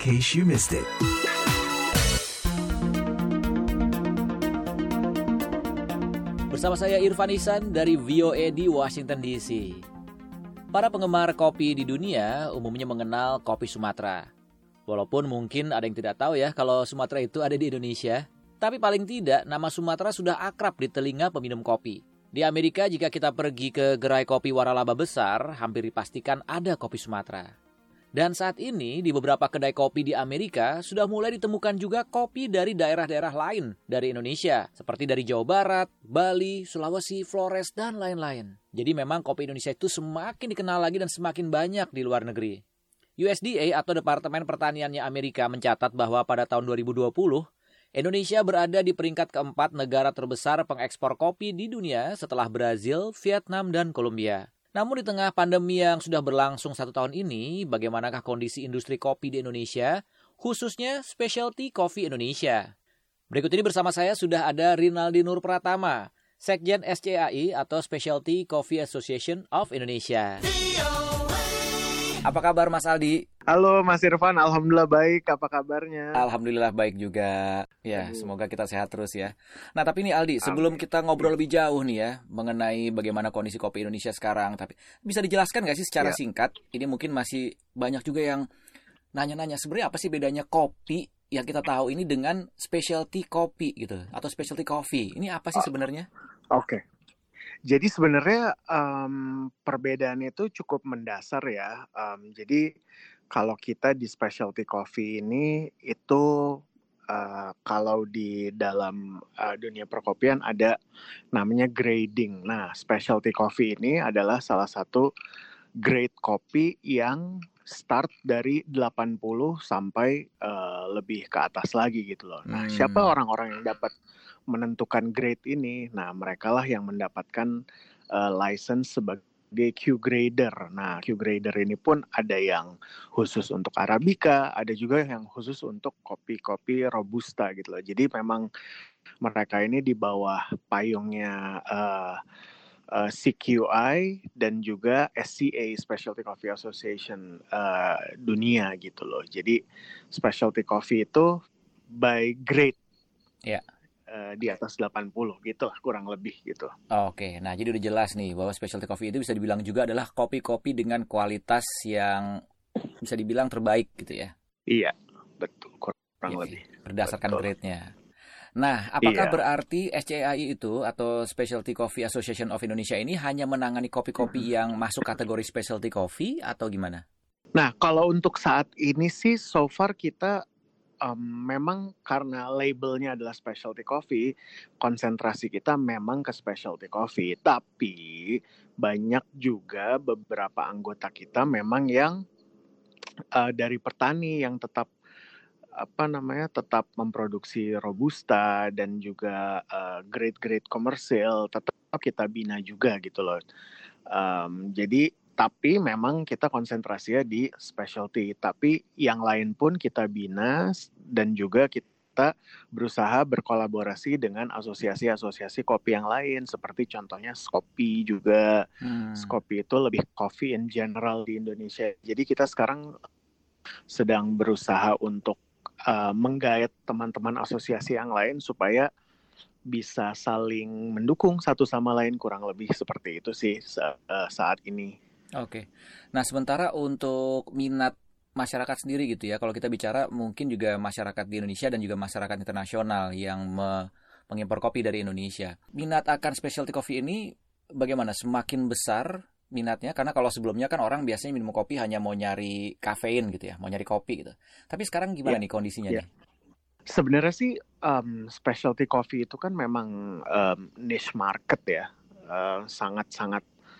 case you missed it. Bersama saya Irfan Ihsan dari VOA di Washington DC. Para penggemar kopi di dunia umumnya mengenal kopi Sumatera. Walaupun mungkin ada yang tidak tahu ya kalau Sumatera itu ada di Indonesia. Tapi paling tidak nama Sumatera sudah akrab di telinga peminum kopi. Di Amerika jika kita pergi ke gerai kopi waralaba besar, hampir dipastikan ada kopi Sumatera. Dan saat ini di beberapa kedai kopi di Amerika sudah mulai ditemukan juga kopi dari daerah-daerah lain dari Indonesia. Seperti dari Jawa Barat, Bali, Sulawesi, Flores, dan lain-lain. Jadi memang kopi Indonesia itu semakin dikenal lagi dan semakin banyak di luar negeri. USDA atau Departemen Pertaniannya Amerika mencatat bahwa pada tahun 2020, Indonesia berada di peringkat keempat negara terbesar pengekspor kopi di dunia setelah Brazil, Vietnam, dan Kolombia. Namun di tengah pandemi yang sudah berlangsung 1 tahun ini, bagaimanakah kondisi industri kopi di Indonesia, khususnya Specialty Coffee Indonesia? Berikut ini bersama saya sudah ada Rinaldi Nur Pratama, Sekjen SCAI atau Specialty Coffee Association of Indonesia. Apa kabar Mas Aldi? Halo Mas Irfan, Alhamdulillah baik, apa kabarnya? Alhamdulillah baik juga. Ya, semoga kita sehat terus ya. Nah, tapi nih Aldi, sebelum kita ngobrol lebih jauh nih ya mengenai bagaimana kondisi kopi Indonesia sekarang, tapi bisa dijelaskan nggak sih secara singkat? Ini mungkin masih banyak juga yang nanya-nanya sebenarnya apa sih bedanya kopi yang kita tahu ini dengan specialty kopi gitu atau specialty coffee. Ini apa sih sebenarnya? Oke. Jadi sebenarnya perbedaannya itu cukup mendasar ya. Jadi kalau kita di specialty coffee ini itu kalau di dalam dunia perkopian ada namanya grading. Nah, specialty coffee ini adalah salah satu grade kopi yang start dari 80 sampai lebih ke atas lagi gitu loh. Nah, siapa orang-orang yang dapat menentukan grade ini? Nah, merekalah yang mendapatkan license sebagai Q grader. Nah, Q grader ini pun ada yang khusus untuk Arabica, ada juga yang khusus untuk kopi-kopi Robusta gitu loh. Jadi memang mereka ini di bawah payungnya CQI dan juga SCA Specialty Coffee Association dunia gitu loh. Jadi specialty coffee itu by grade. Ya. Di atas 80 gitu lah kurang lebih gitu. Oke, nah jadi udah jelas nih bahwa specialty coffee itu bisa dibilang juga adalah kopi-kopi dengan kualitas yang bisa dibilang terbaik gitu ya. Iya, betul, kurang lebih. Berdasarkan grade-nya. Nah, apakah berarti SCAI itu atau Specialty Coffee Association of Indonesia ini hanya menangani kopi-kopi yang masuk kategori specialty coffee atau gimana? Nah, kalau untuk saat ini sih so far kita memang karena labelnya adalah specialty coffee, konsentrasi kita memang ke specialty coffee. Tapi banyak juga beberapa anggota kita memang yang dari petani yang tetap tetap memproduksi Robusta dan juga grade-grade komersil tetap kita bina juga gitu loh. Jadi tapi memang kita konsentrasinya di specialty. Tapi yang lain pun kita bina dan juga kita berusaha berkolaborasi dengan asosiasi-asosiasi kopi yang lain. Seperti contohnya Skopi juga. Skopi itu lebih coffee in general di Indonesia. Jadi kita sekarang sedang berusaha untuk menggait teman-teman asosiasi yang lain supaya bisa saling mendukung satu sama lain, kurang lebih seperti itu sih saat ini. Oke. Nah, sementara untuk minat masyarakat sendiri gitu ya, kalau kita bicara mungkin juga masyarakat di Indonesia dan juga masyarakat internasional yang mengimpor kopi dari Indonesia. Minat akan specialty coffee ini bagaimana? Semakin besar minatnya? Karena kalau sebelumnya kan orang biasanya minum kopi hanya mau nyari kafein gitu ya, mau nyari kopi gitu. Tapi sekarang gimana nih kondisinya nih? Sebenarnya sih specialty coffee itu kan memang niche market ya, sangat-sangat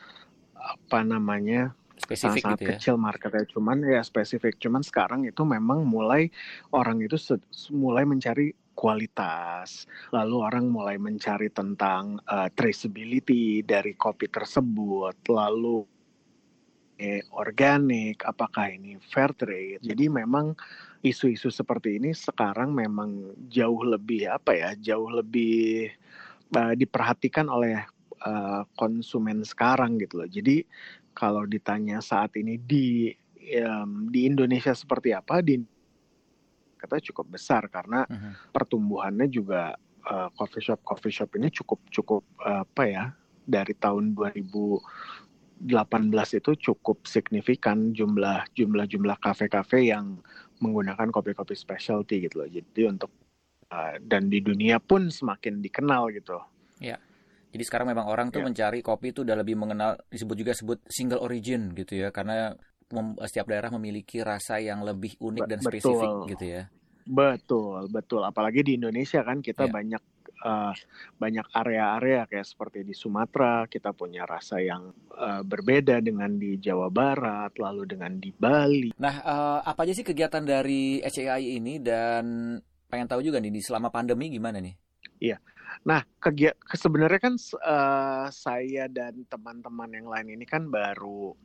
spesifik sangat gitu ya. kecil marketnya, cuman ya spesifik. Cuman sekarang itu memang mulai orang itu mulai mencari kualitas, lalu orang mulai mencari tentang traceability dari kopi tersebut, lalu organik, apakah ini fair trade. Jadi memang isu-isu seperti ini sekarang memang jauh lebih diperhatikan oleh konsumen sekarang gitu loh. Jadi kalau ditanya saat ini di Indonesia seperti apa, di marketnya cukup besar karena pertumbuhannya juga coffee shop ini cukup dari tahun 2018 itu cukup signifikan jumlah kafe-kafe yang menggunakan kopi-kopi specialty gitu loh. Jadi untuk dan di dunia pun semakin dikenal gitu. Ya. Jadi sekarang memang orang tuh mencari kopi itu udah lebih mengenal, disebut single origin gitu ya, karena setiap daerah memiliki rasa yang lebih unik dan spesifik gitu ya. Betul. Apalagi di Indonesia kan kita banyak area-area kayak seperti di Sumatera, kita punya rasa yang berbeda dengan di Jawa Barat, lalu dengan di Bali. Nah, apa aja sih kegiatan dari HAI ini, dan pengen tahu juga nih selama pandemi gimana nih? Iya. Nah, sebenarnya kan saya dan teman-teman yang lain ini kan baru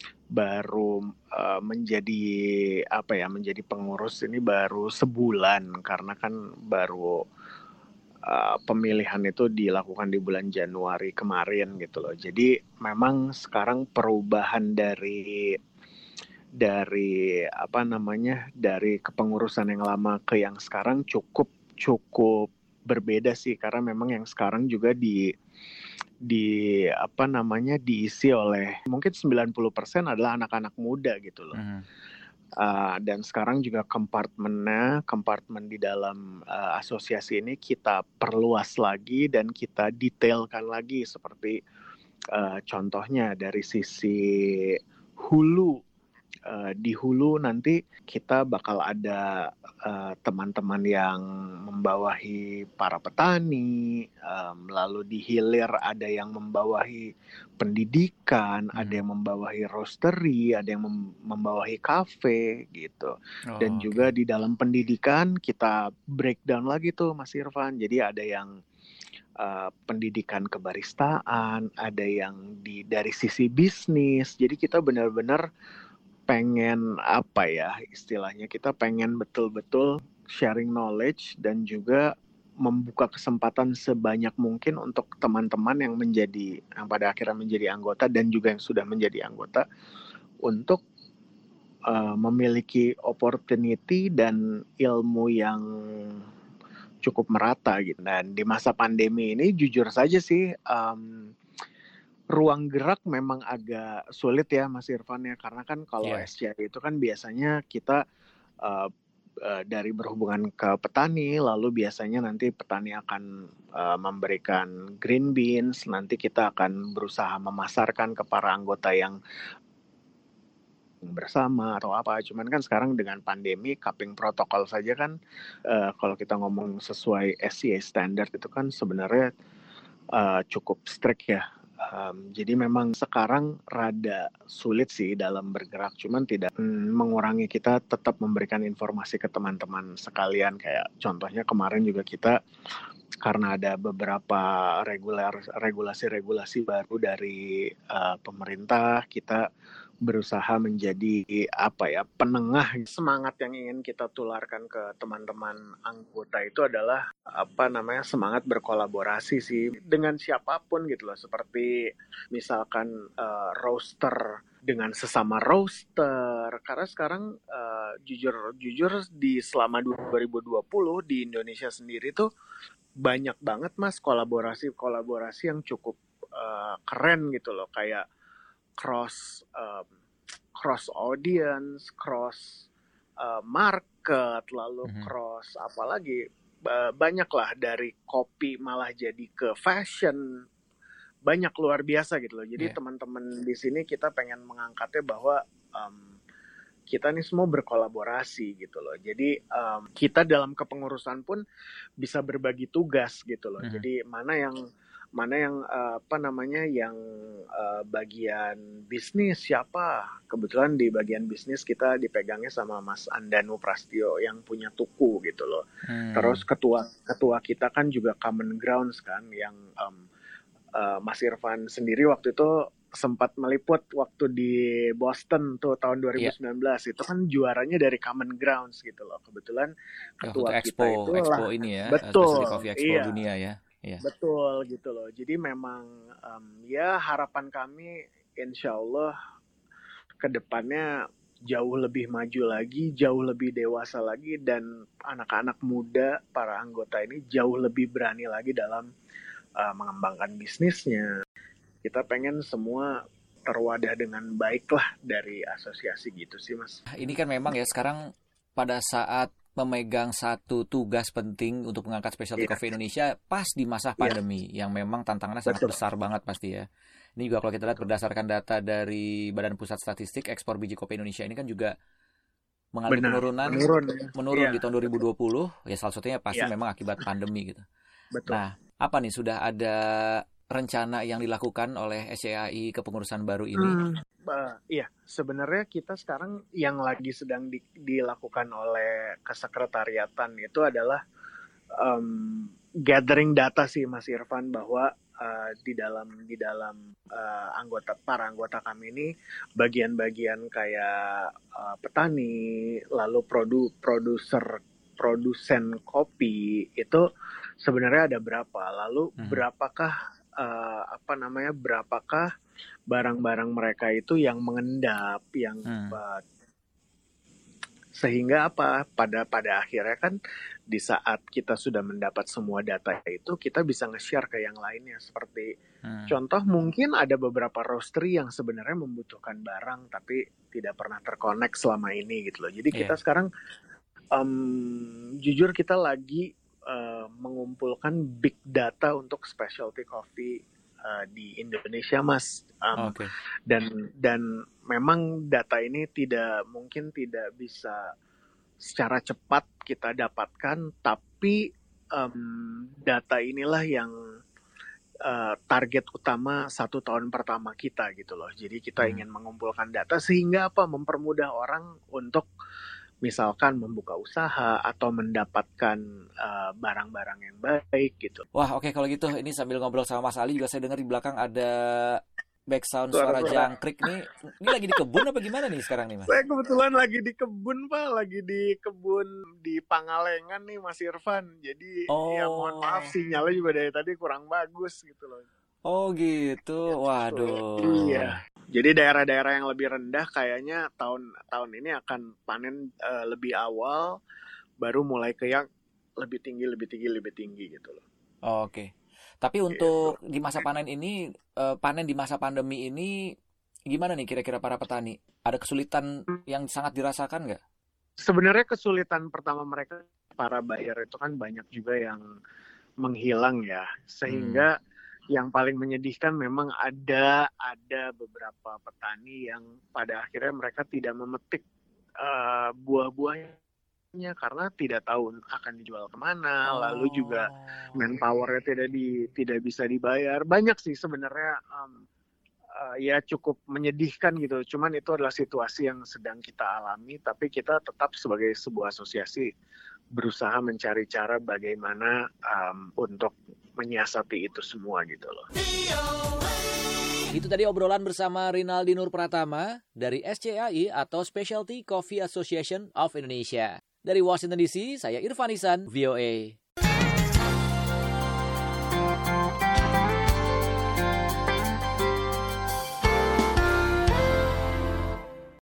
menjadi pengurus ini baru sebulan karena kan baru pemilihan itu dilakukan di bulan Januari kemarin gitu loh. Jadi memang sekarang perubahan dari kepengurusan yang lama ke yang sekarang cukup berbeda sih, karena memang yang sekarang juga diisi oleh mungkin 90% adalah anak-anak muda gitu loh. Dan sekarang juga kompartemen di dalam asosiasi ini kita perluas lagi dan kita detailkan lagi, seperti contohnya dari sisi hulu. Di hulu nanti kita bakal ada teman-teman yang membawahi para petani, lalu di hilir ada yang membawahi pendidikan, ada yang membawahi roastery, ada yang membawahi kafe gitu. Dan juga di dalam pendidikan kita breakdown lagi tuh Mas Irfan. Jadi ada yang pendidikan kebaristaan, ada yang dari sisi bisnis. Jadi kita benar-benar pengen istilahnya kita pengen betul-betul sharing knowledge dan juga membuka kesempatan sebanyak mungkin untuk teman-teman yang pada akhirnya menjadi anggota dan juga yang sudah menjadi anggota untuk memiliki opportunity dan ilmu yang cukup merata gitu. Dan di masa pandemi ini jujur saja sih ruang gerak memang agak sulit ya Mas Irfan ya, karena kan kalau SCI itu kan biasanya kita dari berhubungan ke petani, lalu biasanya nanti petani akan memberikan green beans, nanti kita akan berusaha memasarkan ke para anggota yang bersama atau apa. Cuman kan sekarang dengan pandemi, cupping protokol saja kan kalau kita ngomong sesuai SCI standard itu kan sebenarnya cukup strict ya. Jadi memang sekarang rada sulit sih dalam bergerak, cuman tidak mengurangi kita tetap memberikan informasi ke teman-teman sekalian. Kayak contohnya kemarin juga kita, karena ada beberapa regulasi baru dari pemerintah, kita berusaha menjadi penengah. Semangat yang ingin kita tularkan ke teman-teman anggota itu adalah semangat berkolaborasi sih dengan siapapun gitu loh, seperti misalkan roaster dengan sesama roaster, karena sekarang jujur selama 2020 di Indonesia sendiri tuh banyak banget Mas kolaborasi yang cukup keren gitu loh, kayak cross audience, cross market, lalu cross apalagi banyak lah, dari kopi malah jadi ke fashion, banyak, luar biasa gitu loh. Jadi teman-teman di sini kita pengen mengangkatnya bahwa kita nih semua berkolaborasi gitu loh. Jadi kita dalam kepengurusan pun bisa berbagi tugas gitu loh. Jadi mana yang bagian bisnis siapa. Kebetulan di bagian bisnis kita dipegangnya sama Mas Andanu Prastio yang punya tuku gitu loh. Terus ketua kita kan juga Common Grounds kan, yang Mas Irfan sendiri waktu itu sempat meliput waktu di Boston tuh tahun 2019. Itu kan juaranya dari Common Grounds gitu loh. Kebetulan ketua kita itu Expo ini ya, betul, Specialty Coffee Expo dunia ya. Betul gitu loh. Jadi memang harapan kami insya Allah ke depannya jauh lebih maju lagi, jauh lebih dewasa lagi, dan anak-anak muda, para anggota ini jauh lebih berani lagi dalam mengembangkan bisnisnya. Kita pengen semua terwadah dengan baik lah dari asosiasi gitu sih, Mas. Ini kan memang ya sekarang pada saat memegang satu tugas penting untuk mengangkat specialty coffee Indonesia pas di masa pandemi yang memang tantangannya sangat besar banget pasti ya. Ini juga kalau kita lihat berdasarkan data dari Badan Pusat Statistik, ekspor biji kopi Indonesia ini kan juga mengalami menurun di tahun 2020. Ya salah satunya pasti memang akibat pandemi gitu. Betul. Nah, apa nih sudah ada rencana yang dilakukan oleh SCAI kepengurusan baru ini? Iya, sebenarnya kita sekarang yang lagi sedang dilakukan oleh kesekretariatan itu adalah gathering data sih, Mas Irfan, bahwa di dalam para anggota kami ini bagian-bagian kayak petani, lalu produsen kopi itu sebenarnya ada berapa, lalu berapakah barang-barang mereka itu yang mengendap, yang sehingga pada akhirnya kan di saat kita sudah mendapat semua data itu, kita bisa nge-share ke yang lainnya. Seperti contoh, mungkin ada beberapa roastery yang sebenarnya membutuhkan barang tapi tidak pernah terkonek selama ini gitu loh. Jadi kita sekarang jujur kita lagi mengumpulkan big data untuk specialty coffee di Indonesia, Mas. Dan memang data ini mungkin tidak bisa secara cepat kita dapatkan, tapi data inilah yang target utama 1 tahun pertama kita gitu loh. Jadi kita ingin mengumpulkan data sehingga mempermudah orang untuk misalkan membuka usaha atau mendapatkan barang-barang yang baik gitu. Wah, oke, kalau gitu ini sambil ngobrol sama Mas Ali juga saya dengar di belakang ada background suara jangkrik nih. Ini lagi di kebun apa gimana nih sekarang nih, Mas? Saya kebetulan lagi di kebun, Pak. Lagi di kebun di Pangalengan nih, Mas Irfan. Jadi ya mohon maaf, sinyalnya juga dari tadi kurang bagus gitu loh. Oh gitu, waduh. Iya. Jadi daerah-daerah yang lebih rendah kayaknya tahun ini akan panen lebih awal, baru mulai ke yang lebih tinggi gitu loh. Oke. Tapi untuk di masa panen ini, panen di masa pandemi ini, gimana nih kira-kira para petani? Ada kesulitan yang sangat dirasakan nggak? Sebenarnya kesulitan pertama mereka, para buyer itu kan banyak juga yang menghilang ya, sehingga yang paling menyedihkan memang ada beberapa petani yang pada akhirnya mereka tidak memetik buah-buahnya karena tidak tahu akan dijual kemana, lalu juga manpower-nya tidak bisa dibayar. Banyak sih sebenarnya, ya cukup menyedihkan gitu. Cuman itu adalah situasi yang sedang kita alami, tapi kita tetap sebagai sebuah asosiasi berusaha mencari cara bagaimana untuk menyiasati itu semua gitu loh. Itu tadi obrolan bersama Rinaldi Nur Pratama dari SCAI atau Specialty Coffee Association of Indonesia. Dari Washington DC, saya Irfan Isan, VOA.